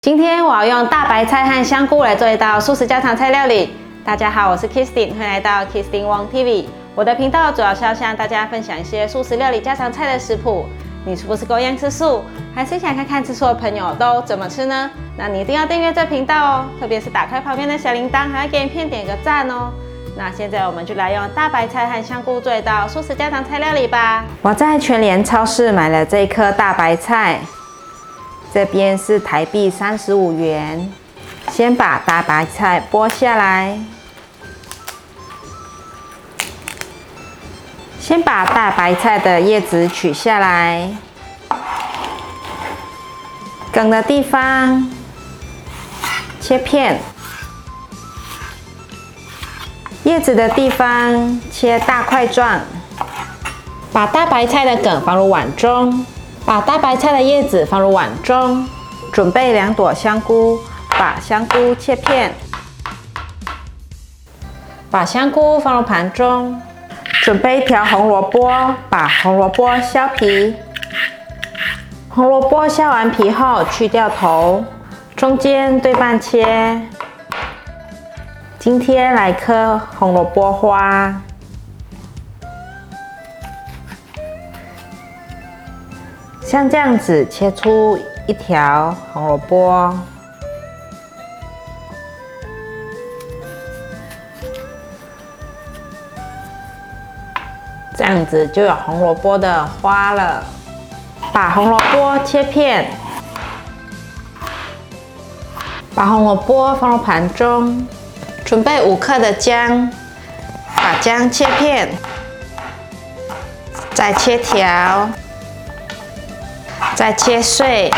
今天我要用大白菜和香菇来做一道素食家常菜料理。大家好，我是 Kristin， 欢迎来到 Kristin Wong TV。我的频道主要是要向大家分享一些素食料理家常菜的食谱。你是不是够样吃素，还是想看看吃素的朋友都怎么吃呢？那你一定要订阅这频道哦，特别是打开旁边的小铃铛，还要给影片点个赞哦。那现在我们就来用大白菜和香菇做一道素食家常菜料理吧。我在全联超市买了这一颗大白菜。这边是台币35元。先把大白菜剥下来，先把大白菜的叶子取下来，梗的地方切片，叶子的地方切大块状。把大白菜的梗放入碗中。把大白菜的叶子放入碗中，准备2朵香菇，把香菇切片，把香菇放入盘中，准备1条红萝卜，把红萝卜削皮，红萝卜削完皮后去掉头，中间对半切。今天来颗红萝卜花。像这样子切出1条红萝卜，这样子就有红萝卜的花了。把红萝卜切片，把红萝卜放入盘中，准备5克的姜，把姜切片，再切条。再切碎，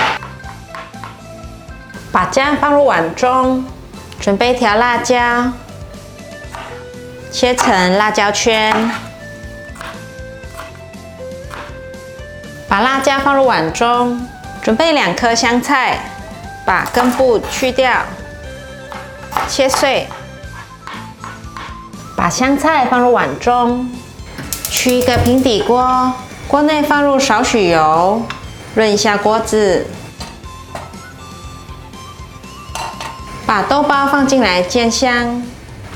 把姜放入碗中，准备1条辣椒，切成辣椒圈，把辣椒放入碗中，准备2颗香菜，把根部去掉，切碎，把香菜放入碗中，取一个平底锅，锅内放入少许油。润一下锅子，把豆包放进来煎香。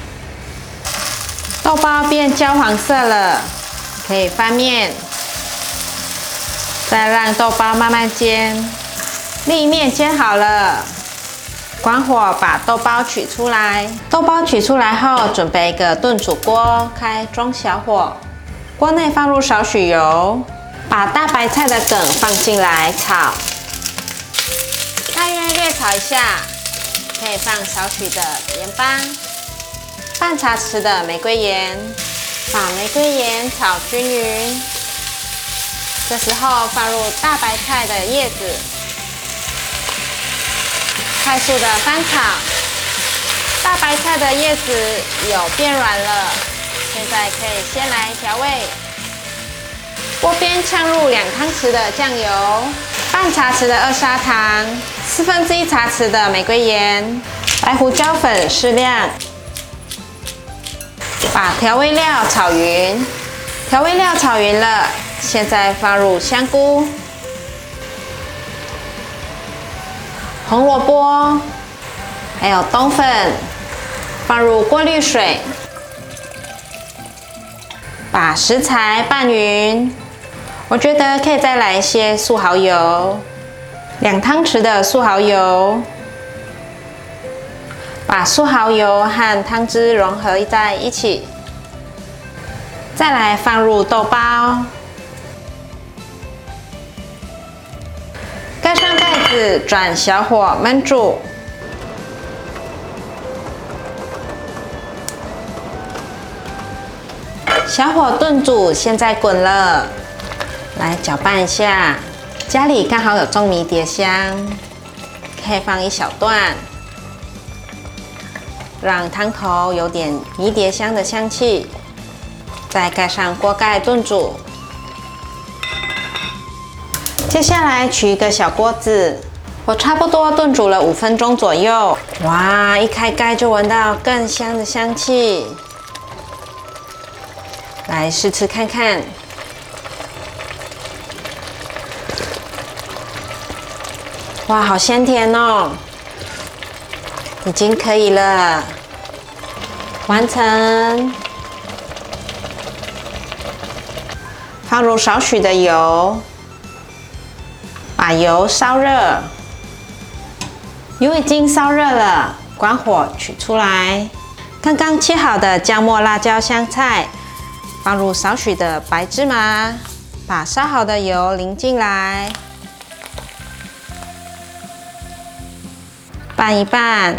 豆包变焦黄色了，可以翻面，再让豆包慢慢煎。另一面煎好了，关火把豆包取出来。豆包取出来后，准备一个炖煮锅，开中小火，锅内放入少许油。把大白菜的梗放进来炒，大约略炒一下，可以放少许的盐巴，半茶匙的玫瑰盐，把玫瑰盐炒均匀。这时候放入大白菜的叶子，快速的翻炒。大白菜的叶子有变软了，现在可以先来调味。锅边呛入2汤匙的酱油，半茶匙的2砂糖，1/4茶匙的玫瑰盐，白胡椒粉适量。把调味料炒匀，调味料炒匀了，现在放入香菇、红萝卜，还有冬粉，放入过滤水，把食材拌匀。我觉得可以再来一些素蚝油，2汤匙的素蚝油，把素蚝油和汤汁融合在一起，再来放入豆包，盖上盖子，转小火焖煮。小火炖煮，现在滚了。来搅拌一下，家里刚好有种迷迭香，可以放1小段，让汤头有点迷迭香的香气。再盖上锅盖炖煮。接下来取一个小锅子，我差不多炖煮了5分钟左右。哇，一开盖就闻到更香的香气。来试吃看看。哇，好鲜甜哦！ 已经可以了，完成。放入少许的油，把油烧热。油已经烧热了，关火取出来。刚刚切好的姜末、辣椒、香菜，放入少许的白芝麻，把烧好的油淋进来，拌一拌。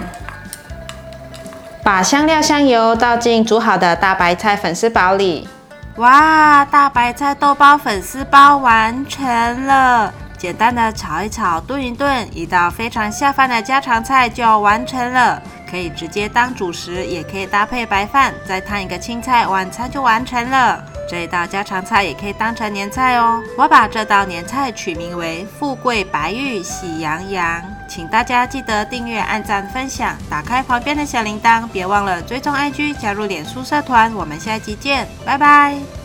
把香料、香油倒进煮好的大白菜粉丝包里。哇，大白菜豆包粉丝包完成了！简单的炒一炒、炖一炖，一道非常下饭的家常菜就完成了。可以直接当主食，也可以搭配白饭，再烫一个青菜，晚餐就完成了。这一道家常菜也可以当成年菜哦。我把这道年菜取名为“富贵白玉喜洋洋”，请大家记得订阅、按赞、分享，打开旁边的小铃铛，别忘了追踪 IG， 加入脸书社团。我们下一集见，拜拜。